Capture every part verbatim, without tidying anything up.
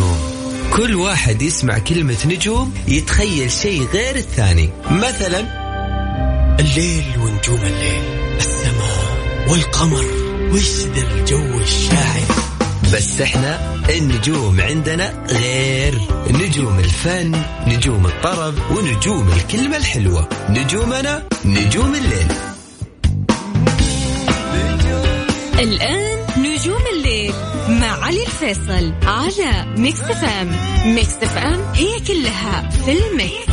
نجوم، كل واحد يسمع كلمة نجوم يتخيل شيء غير الثاني. مثلا الليل ونجوم الليل، السماء والقمر، وش ذا الجو الشاعر. بس احنا النجوم عندنا غير، نجوم الفن، نجوم الطرب، ونجوم الكلمة الحلوة. نجومنا نجوم الليل. الآن نجوم الليل مع علي الفيصل على ميكس اف ام. ميكس اف ام هي كلها في الميكس.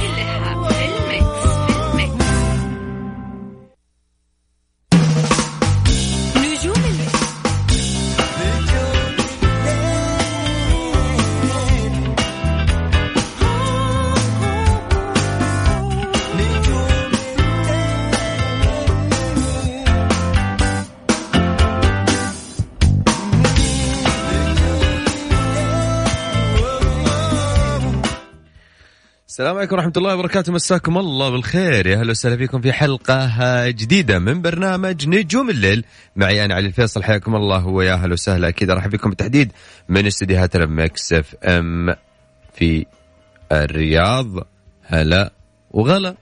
السلام عليكم ورحمة الله وبركاته، مساكم الله بالخير، يا هلا وسهلا فيكم في حلقة جديدة من برنامج نجوم الليل. معي أنا علي الفيصل، حياكم الله ويا هلا وسهلا. أكيد أرحب بكم بالتحديد من استديوهات ميكس اف ام في الرياض. هلا وغلا.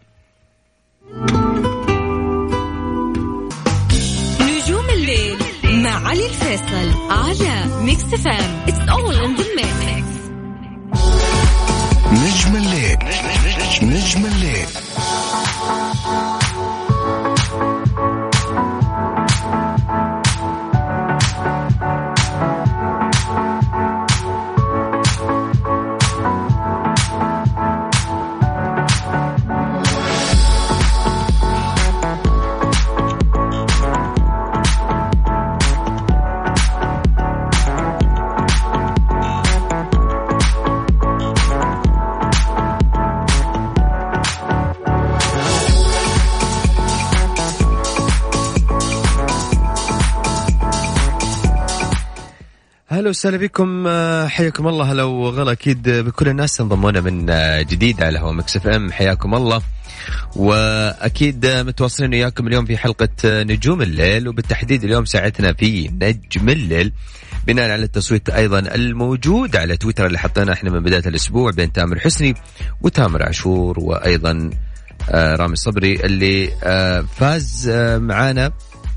نجوم الليل مع علي الفيصل على ميكس اف ام. It's all in the mix. نجم الليل، نجم الليل. أهلا وسهلا بكم، حياكم الله. هلا وغلا أكيد بكل الناس انضمونا من جديد على هوا ميكس اف ام، حياكم الله. وأكيد متواصلين وياكم اليوم في حلقة نجوم الليل، وبالتحديد اليوم ساعتنا في نجم الليل بناء على التصويت أيضا الموجود على تويتر اللي حطينا احنا من بداية الأسبوع بين تامر حسني وتامر عاشور وأيضا رامي صبري اللي فاز معانا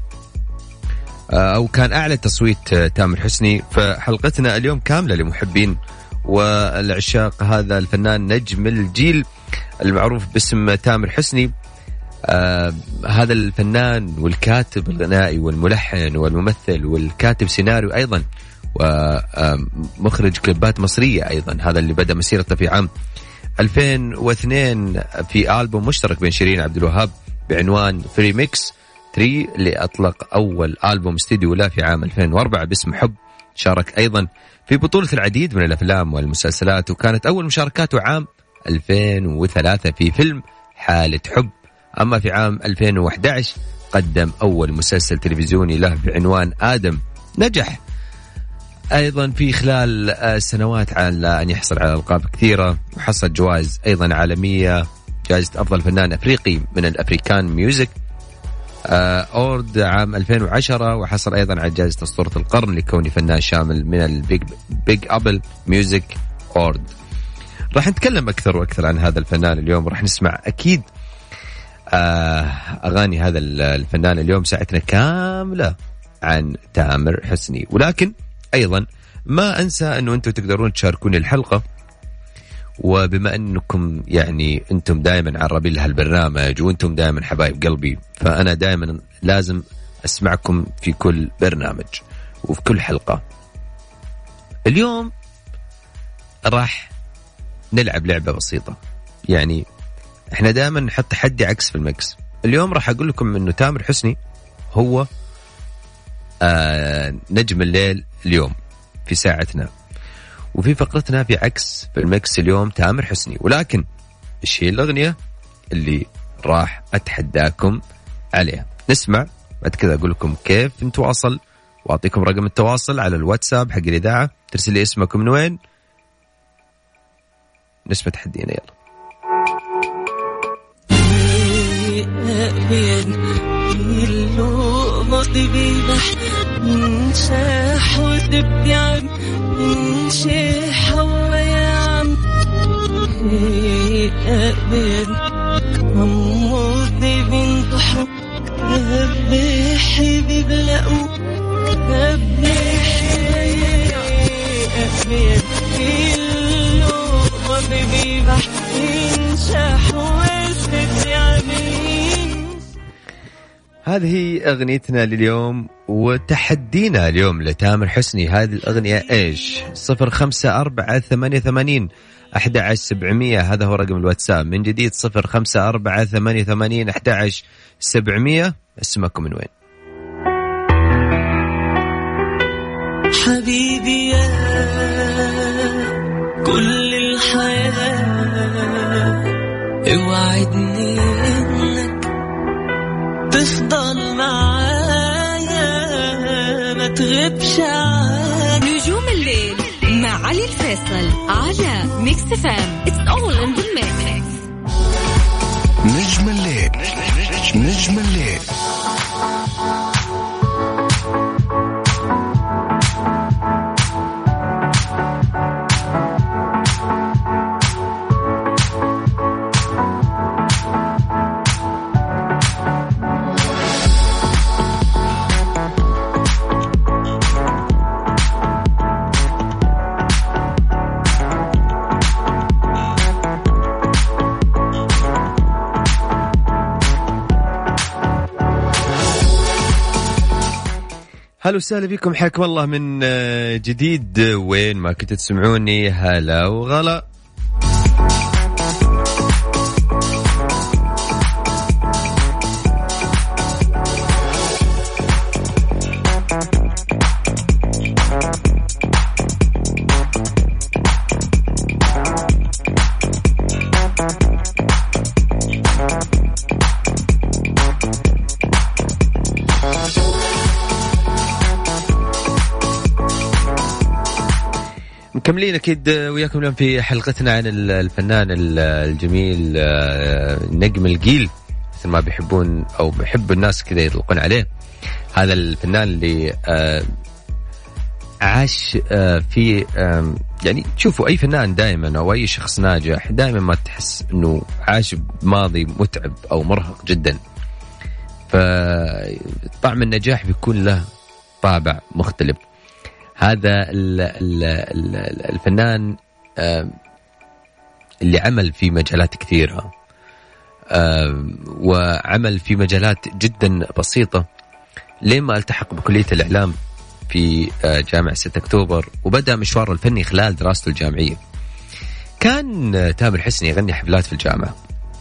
أو كان أعلى تصويت تامر حسني. فحلقتنا اليوم كاملة لمحبين والعشاق هذا الفنان نجم الجيل المعروف باسم تامر حسني. آه هذا الفنان والكاتب الغنائي والملحن والممثل والكاتب سيناريو أيضا ومخرج كليبات مصرية أيضا. هذا اللي بدأ مسيرته في عام ألفين واثنين في ألبوم مشترك بين شيرين عبد الوهاب بعنوان فري ميكس ثري، اللي أطلق أول ألبوم استديو له في عام ألفين وأربعة باسم حب. شارك أيضا في بطولة العديد من الأفلام والمسلسلات، وكانت أول مشاركاته عام ألفين وثلاثة في فيلم حالة حب. أما في عام ألفين وأحد عشر قدم أول مسلسل تلفزيوني له بعنوان آدم. نجح أيضا في خلال سنوات على أن يحصل على ألقاب كثيرة، وحصل جوائز أيضا عالمية، جائزة أفضل فنان أفريقي من الأفريكان ميوزك أورد عام ألفين وعشرة، وحصل أيضا على جائزة أسطورة القرن لكونه فنان شامل من البيج بيج أبل ميوزك أورد. راح نتكلم أكثر وأكثر عن هذا الفنان اليوم، راح نسمع أكيد أغاني هذا الفنان اليوم. ساعتنا كاملة عن تامر حسني، ولكن أيضا ما أنسى أنه أنتم تقدرون تشاركوني الحلقة، وبما أنكم يعني أنتم دائما عربين لها البرنامج وأنتم دائما حبايب قلبي، فأنا دائما لازم أسمعكم في كل برنامج وفي كل حلقة. اليوم راح نلعب لعبة بسيطة، يعني احنا دائما نحط تحدي عكس في المكس. اليوم راح أقول لكم أنه تامر حسني هو آه نجم الليل اليوم في ساعتنا، وفي فقرتنا في عكس في المكس اليوم تامر حسني، ولكن ايش هي الأغنية اللي راح أتحداكم عليها؟ نسمع بعد كذا أقول لكم كيف نتواصل، وأعطيكم رقم التواصل على الواتساب حق الإذاعة، ترسل لي اسمكم من وين، نسمع تحدينا. يلا نشاح وتبيع نشاح أبيد أموت بنت حب أبي حبيب لأو أبي حبيب أبيد كله وبيبي بحين شحوست يامين. هذه أغنيتنا لليوم وتحدينا اليوم لتامر حسني. هذه الأغنية إيش؟ صفر خمسة أربعة ثمانية ثمانين أحد عشر سبعمية هذا هو رقم الواتساب. من جديد صفر خمسة أربعة ثمانية ثمانين أحد عشر سبعمية. اسمكم من وين؟ حبيبي يا كل الحياة اوعدني انك تفضل معايا ما تغيبش عني. نجوم الليل مع علي الفيصل على ميكس فام. It's all in the mix. نجم الليل نجم الليل هلا وسهلا بكم، حياكم الله من جديد. وين ما كنتوا تسمعوني هلا وغلا. مكملين أكيد وياكم اليوم في حلقتنا عن الفنان الجميل نجم الجيل مثل ما بيحبون أو بيحب الناس كذا يطلقون عليه. هذا الفنان اللي عاش في يعني تشوفوا أي فنان دائما أو أي شخص ناجح دائما ما تحس أنه عاش بماضي متعب أو مرهق جدا، فطعم النجاح بيكون له طابع مختلف. هذا الفنان اللي عمل في مجالات كثيرة وعمل في مجالات جدا بسيطة لما التحق بكلية الإعلام في جامعة ستة أكتوبر وبدأ مشواره الفني خلال دراسته الجامعية. كان تامر حسني يغني حفلات في الجامعة،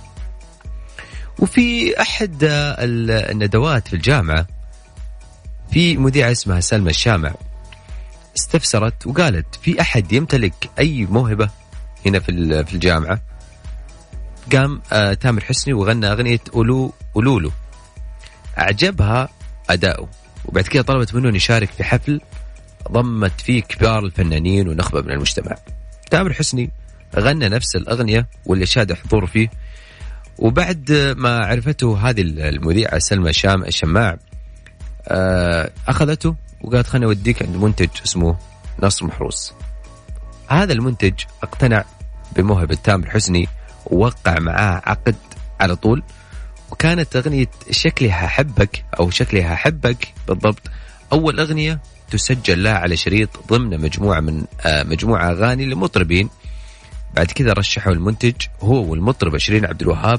وفي أحد الندوات في الجامعة في مذيعة اسمها سلمى الشامع استفسرت وقالت في أحد يمتلك أي موهبة هنا في في الجامعة؟ قام آه تامر حسني وغنى أغنية أولو أولولو، أعجبها أداؤه، وبعد كده طلبت منه يشارك في حفل ضمت فيه كبار الفنانين ونخبة من المجتمع. تامر حسني غنى نفس الأغنية واللي شاد حضور فيه، وبعد ما عرفته هذه المذيعة سلمى الشام الشماع آه أخذته وقالت خلنا أوديك عند منتج اسمه نصر محروس. هذا المنتج اقتنع بموهبة تامر حسني ووقع معاه عقد على طول، وكانت أغنية شكلها حبك أو شكلها حبك بالضبط أول أغنية تسجل لها على شريط ضمن مجموعة من آه مجموعة أغاني لمطربين. بعد كذا رشحوا المنتج هو والمطرب شيرين عبد الوهاب،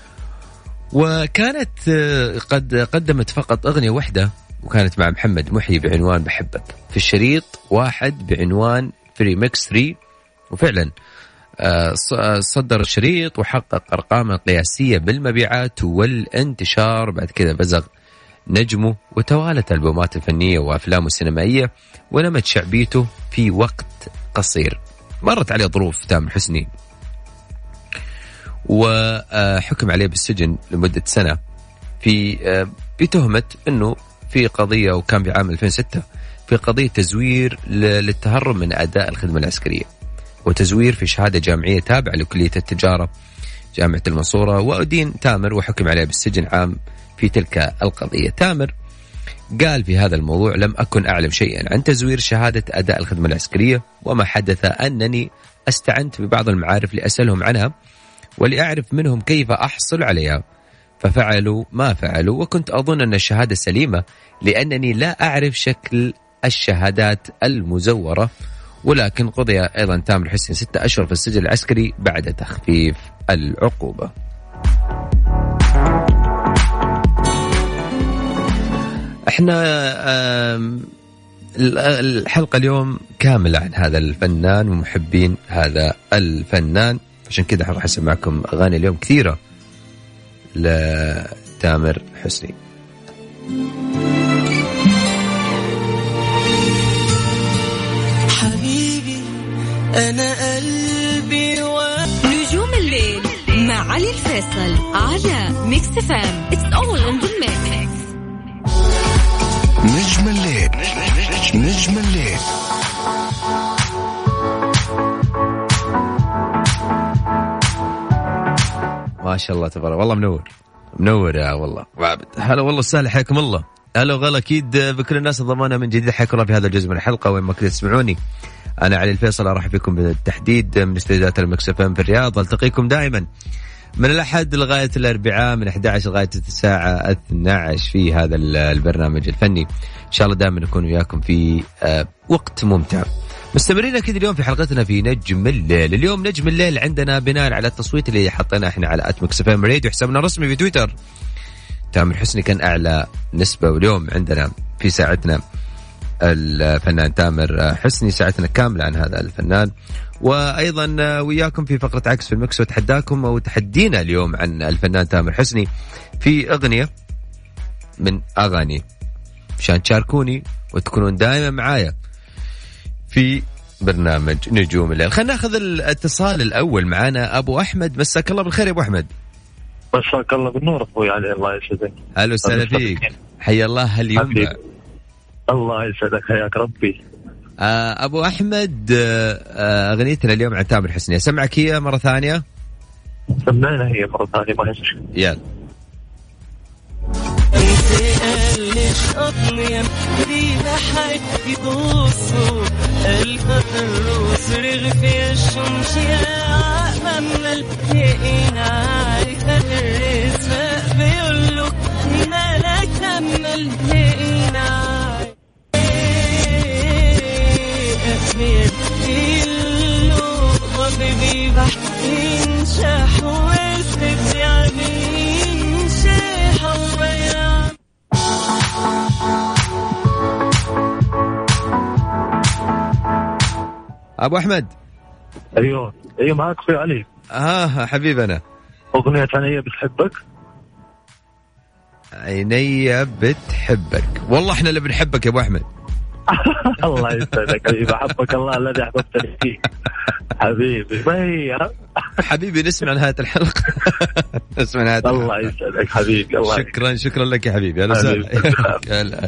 وكانت آه قد قدمت فقط أغنية واحدة وكانت مع محمد محي بعنوان بحبك في الشريط واحد بعنوان فري ميكس ثلاثة، وفعلا صدر الشريط وحقق أرقام قياسية بالمبيعات والانتشار. بعد كذا بزغ نجمه وتوالت ألبومات الفنية وأفلامه السينمائية ونمت شعبيته في وقت قصير. مرت عليه ظروف تامر حسني وحكم عليه بالسجن لمدة سنة في بتهمة أنه في قضية، وكان بعام ألفين وستة في قضية تزوير للتهرب من أداء الخدمة العسكرية وتزوير في شهادة جامعية تابعة لكلية التجارة جامعة المنصورة. وأدين تامر وحكم عليه بالسجن عام في تلك القضية. تامر قال في هذا الموضوع لم أكن أعلم شيئا عن تزوير شهادة أداء الخدمة العسكرية، وما حدث أنني استعنت ببعض المعارف لأسألهم عنها ولأعرف منهم كيف أحصل عليها، ففعلوا ما فعلوا، وكنت أظن أن الشهادة سليمة لأنني لا أعرف شكل الشهادات المزورة. ولكن قضي أيضا تامر حسني ستة أشهر في السجن العسكري بعد تخفيف العقوبة. احنا الحلقة اليوم كاملة عن هذا الفنان ومحبين هذا الفنان، عشان كده راح أسمعكم أغاني اليوم كثيرة لتامر حسني. حبيبي أنا قلبي و... نجوم الليل مع علي الفيصل على ميكس إف إم. It's all in the mix. نجم الليل نجم الليل ما شاء الله تبارك والله، منور منور يا والله. هلا والله سهل، حياكم الله. هلا وغلا اكيد بكل الناس الضمانه من جديد، حياكم الله في هذا الجزء من الحلقه وين ما كنتوا تسمعوني. انا علي الفيصل ارحب بكم بالتحديد من استديوهات المكس إف إم في الرياض. التقيكم دائما من الأحد لغاية الأربعاء من أحد عشر لغاية الساعة اثنتي عشرة في هذا البرنامج الفني. إن شاء الله دائما نكون وياكم في وقت ممتع. مستمرين أكيد اليوم في حلقتنا في نجم الليل. اليوم نجم الليل عندنا بناء على التصويت اللي حطيناه احنا على آت ميكس إف إم راديو، حسابنا الرسمي في تويتر. تامر حسني كان أعلى نسبة، واليوم عندنا في ساعتنا الفنان تامر حسني، ساعتنا كاملة عن هذا الفنان. وأيضا وياكم في فقرة عكس في المكس، وتحداكم أو تحدينا اليوم عن الفنان تامر حسني في أغنية من أغاني، مشان تشاركوني وتكونون دائما معايا في برنامج نجوم الليل. خلينا ناخذ الاتصال الأول. معانا أبو أحمد، مساك الله بالخير يا أبو أحمد. مساك الله بالنور أخوي علي، الله يسعدك. أهلا وسهلا فيك، حيا الله هاليوم. الله يسعدك، حياك ربي. أبو أحمد، أغنيتنا اليوم عن تامر حسني، أسمعك هي مرة ثانية. سمعنا هي مرة ثانية ما هي مشكلة. يلا. أبو أحمد. أيوه أيوه معك في علي. آه حبيبي، أنا أغنية عينيا بتحبك. عينيا بتحبك، والله إحنا اللي بنحبك يا أبو أحمد. الله يسعدك حبيبي، أحبك الله الذي أحببتني فيه حبيبي. ما هي حبيبي نسمع نهاية الحلقة. نسمع نهاية الحلقة. الله يسعدك حبيبي. الله شكرا يسعدك. شكرا لك يا حبيبي. أهلا وسهلا.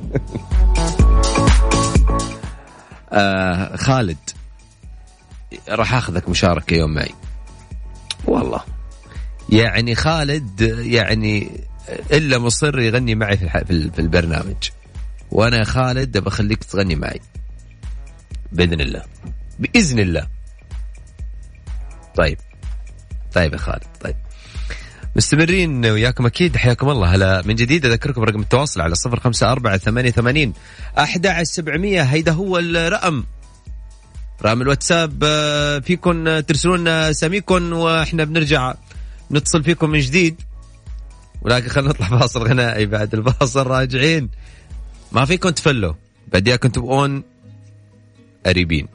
آه خالد، راح أخذك مشاركة يوم معي والله. يعني خالد يعني إلا مصر يغني معي في في البرنامج، وأنا خالد بخليك تغني معي بإذن الله، بإذن الله. طيب طيب يا خالد. طيب مستمرين وياكم أكيد، حياكم الله. هلا من جديد، أذكركم رقم التواصل على صفر خمسة أربعة ثمانية ثمانين أحد عشر سبعمية. هيدا هو الرقم، رقم الواتساب. فيكن ترسلون ساميكن وإحنا بنرجع نتصل فيكم من جديد. ولكن خلينا نطلع فاصل غنائي، بعد الفاصل راجعين. ما فيكم تفلوا، بديكم تبقون قريبين.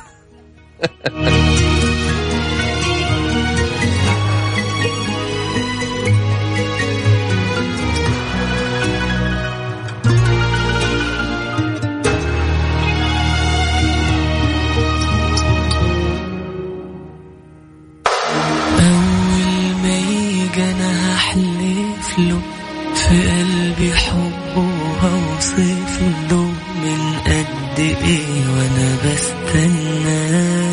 في قلبي حبه وصف له من قد ايه وانا بستنى.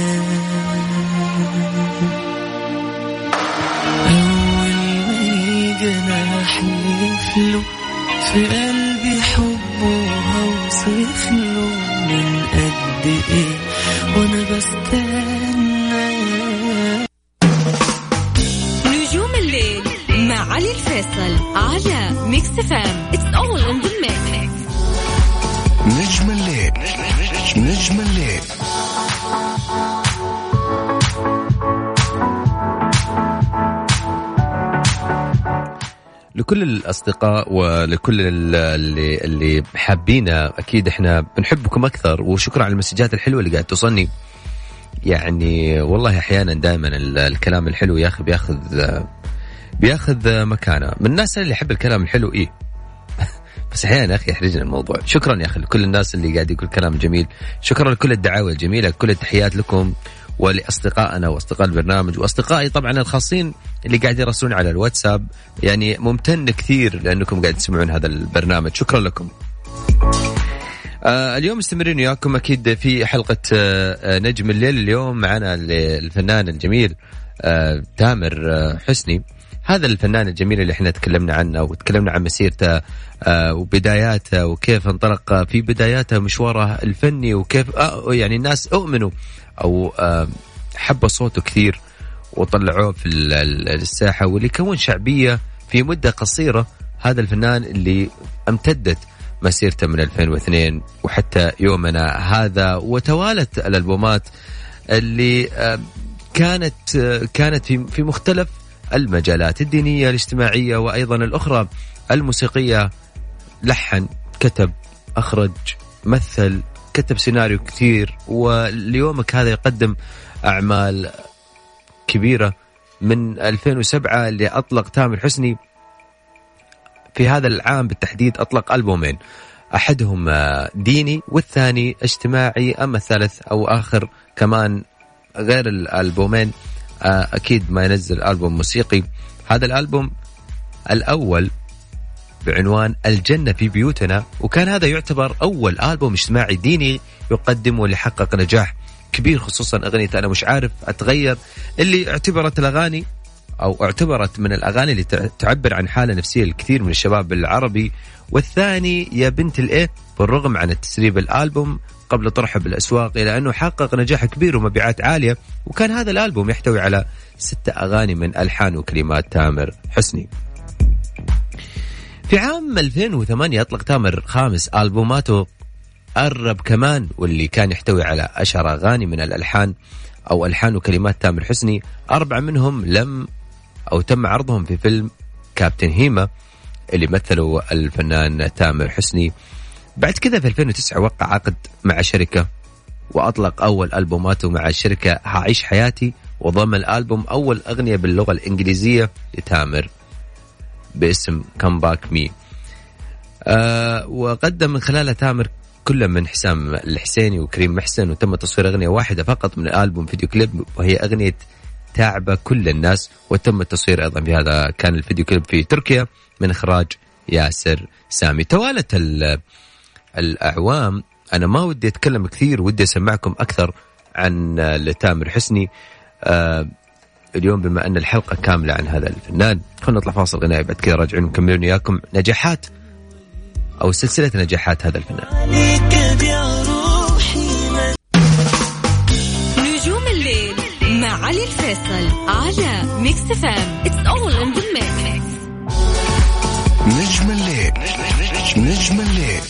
اول ما يجي انا احلف له في قلبي حبه وصف له من قد ايه وانا بستنى. على ميكس إف إم. It's all in the mix. نجم الليل نجم الليل. لكل الأصدقاء ولكل اللي اللي حابينا، أكيد إحنا بنحبكم أكثر، وشكرا على المسجات الحلوة اللي قاعد توصلني. يعني والله أحيانا دائما الكلام الحلو ياخذ بياخذ بياخذ مكانه من الناس اللي يحب الكلام الحلو. إيه بس أحيانا أخي يحرجنا الموضوع. شكرا يا أخي لكل الناس اللي قاعد يقول كلام جميل، شكرا لكل الدعاوى الجميلة، كل التحيات لكم ولأصدقائنا وأصدقاء البرنامج وأصدقائي طبعا الخاصين اللي قاعد يرسلون على الواتساب. يعني ممتن كثير لأنكم قاعد تسمعون هذا البرنامج، شكرا لكم. آه اليوم مستمرين وياكم أكيد في حلقة آه نجم الليل. اليوم معنا الفنان الجميل آه تامر آه حسني. هذا الفنان الجميل اللي احنا تكلمنا عنه وتكلمنا عن مسيرته آه وبداياته وكيف انطلق في بداياته مشواره الفني، وكيف آه يعني الناس أؤمنوا أو آه حبوا صوته كثير وطلعوه في الساحة، واللي كون شعبية في مدة قصيرة. هذا الفنان اللي امتدت مسيرته من ألفين واثنين وحتى يومنا هذا، وتوالت الألبومات اللي آه كانت آه كانت في في مختلف المجالات الدينية الاجتماعية وأيضا الأخرى الموسيقية. لحن، كتب، أخرج، مثل، كتب سيناريو كثير، واليومك هذا يقدم أعمال كبيرة. من ألفين وسبعة اللي أطلق تامر حسني في هذا العام بالتحديد أطلق ألبومين، أحدهم ديني والثاني اجتماعي، أما الثالث أو آخر كمان غير الألبومين أكيد ما ينزل ألبوم موسيقي. هذا الألبوم الأول بعنوان الجنة في بيوتنا، وكان هذا يعتبر أول ألبوم اجتماعي ديني يقدمه اللي حقق نجاح كبير، خصوصا أغنية أنا مش عارف أتغير اللي اعتبرت الأغاني أو اعتبرت من الأغاني اللي تعبر عن حالة نفسية الكثير من الشباب العربي. والثاني يا بنت الإيه، بالرغم عن التسريب الألبوم قبل طرحه بالأسواق إلى أنه حقق نجاح كبير ومبيعات عالية. وكان هذا الألبوم يحتوي على ستة أغاني من ألحان وكلمات تامر حسني. في عام ألفين وثمانية أطلق تامر خامس ألبوماته قرب كمان، واللي كان يحتوي على أشهر أغاني من الألحان أو ألحان وكلمات تامر حسني. أربعة منهم لم أو تم عرضهم في فيلم كابتن هيما اللي مثلوا الفنان تامر حسني. بعد كذا في ألفين وتسعة وقع عقد مع شركة وأطلق أول ألبوماته مع الشركة هعيش حياتي، وضم الألبوم أول أغنية باللغة الإنجليزية لتامر باسم Come Back Me. آه وقدم من خلالها تامر كل من حسام الحسيني وكريم محسن، وتم تصوير أغنية واحدة فقط من الألبوم فيديو كليب، وهي أغنية تعب كل الناس. وتم التصوير أيضا في هذا كان الفيديو كليب في تركيا من إخراج ياسر سامي. توالت الأعوام، أنا ما ودي أتكلم كثير، ودي أسمعكم أكثر عن تامر حسني آه اليوم بما أن الحلقة كاملة عن هذا الفنان. خلنا نطلع فاصل غنائي، بعد كذا راجعين نكملون إياكم نجاحات أو سلسلة نجاحات هذا الفنان. نجوم الليل مع علي الفيصل على ميكس إف إم. It's all in the mix. نجم الليل نجم الليل.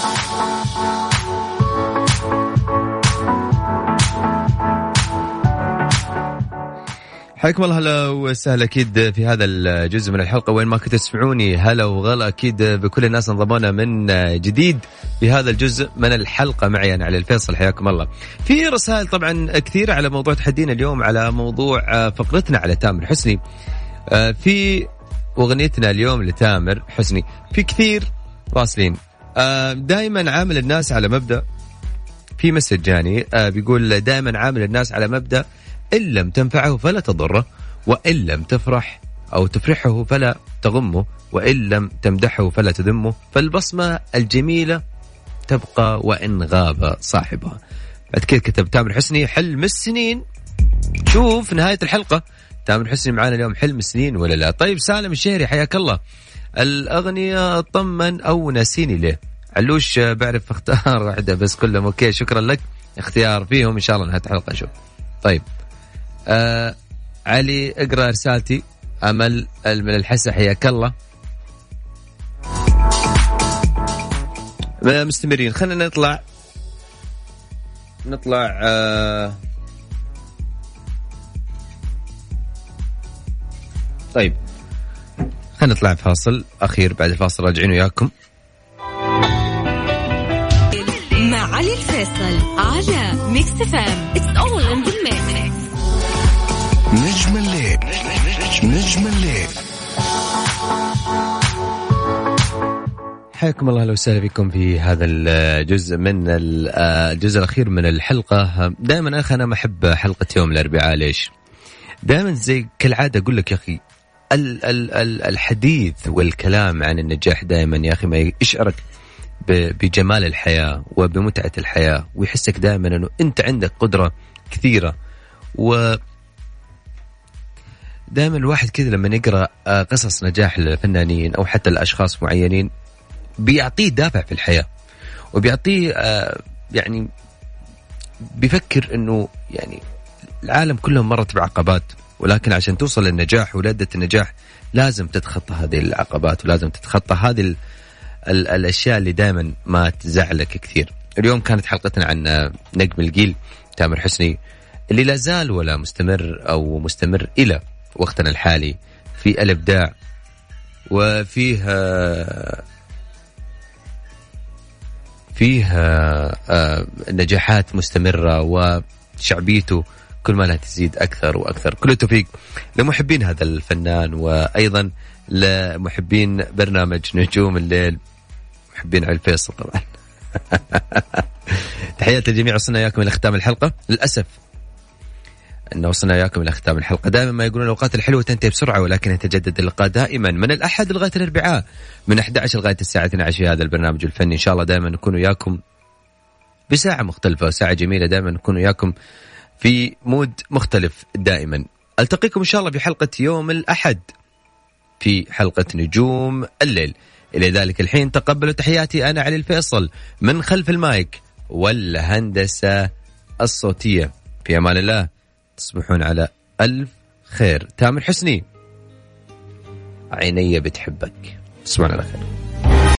حياكم الله، هلا وسهلا أكيد في هذا الجزء من الحلقة وين ما كنت تسمعوني. هلا وغلا أكيد بكل الناس انضمونا من جديد في هذا الجزء من الحلقة معي أنا علي الفيصل. حياكم الله. في رسائل طبعا كثيرة على موضوع تحدينا اليوم، على موضوع فقرتنا على تامر حسني. في أغنيتنا اليوم لتامر حسني في كثير راسلين دائما عامل الناس على مبدأ، في مسج جاني بيقول دائما عامل الناس على مبدأ إن لم تنفعه فلا تضره، وإن لم تفرح أو تفرحه فلا تغمه، وإن لم تمدحه فلا تذمه، فالبصمة الجميلة تبقى وإن غاب صاحبها. بعد كده كتب تامر حسني حلم السنين. شوف نهاية الحلقة، تامر حسني معانا اليوم حلم السنين ولا لا؟ طيب سالم الشهري حياك الله، الأغنية طمن أو ناسيني ليه؟ علوش بعرف اختار واحدة بس كلهم أوكي، شكرا لك اختيار فيهم إن شاء الله نهاية الحلقة نشوف. طيب آه علي اقرأ رسالتي. أمل من الحسا حياك الله. مستمرين. خلينا نطلع نطلع آه طيب خلينا نطلع فاصل أخير. بعد الفاصل راجعين وياكم مع علي الفيصل على ميكس إف إم. It's all in the mix. نجم الليل نجم الليل. حياكم الله، لو سهلا بكم في هذا الجزء من الجزء الأخير من الحلقة. دائما أخي أنا ما أحب حلقة يوم الأربعاء. ليش؟ دائما زي كالعادة أقول لك يا أخي ال ال ال الحديث والكلام عن النجاح دائما يا أخي ما يشعرك بجمال الحياة وبمتعة الحياة، ويحسك دائما أنه أنت عندك قدرة كثيرة. و دائما الواحد كذا لما يقرأ قصص نجاح الفنانين أو حتى الأشخاص معينين بيعطيه دافع في الحياة، وبيعطيه يعني بيفكر أنه يعني العالم كله مرت بعقبات، ولكن عشان توصل للنجاح ولذة النجاح لازم تتخطى هذه العقبات، ولازم تتخطى هذه ال ال الأشياء اللي دائما ما تزعلك كثير. اليوم كانت حلقتنا عن نجم الجيل تامر حسني اللي لا زال ولا مستمر أو مستمر إلى وقتنا الحالي في الإبداع، وفيها فيها نجاحات مستمرة، وشعبيته كل ما لا تزيد أكثر وأكثر. كل التوفيق لمحبين هذا الفنان، وأيضا لمحبين برنامج نجوم الليل، محبين علي الفيصل طبعا. تحياتي للجميع. وصلنا إياكم إلى ختام الحلقة. للأسف أن وصلنا إياكم إلى ختام الحلقة. دائما ما يقولون الأوقات الحلوة تنتهي بسرعة، ولكن يتجدد اللقاء دائما من الأحد لغاية الأربعاء من أحد عشر لغاية الساعة اثنتي عشرة في هذا البرنامج الفني. إن شاء الله دائما نكون وياكم بساعة مختلفة وساعة جميلة، دائما نكون وياكم في مود مختلف دائما. ألتقيكم إن شاء الله في حلقة يوم الأحد في حلقة نجوم الليل. إلى ذلك الحين تقبلوا تحياتي أنا علي الفيصل من خلف المايك والهندسة الصوتية. في أمان الله، تصبحون على ألف خير. تامر حسني، عيني بتحبك. تصبحون على خير.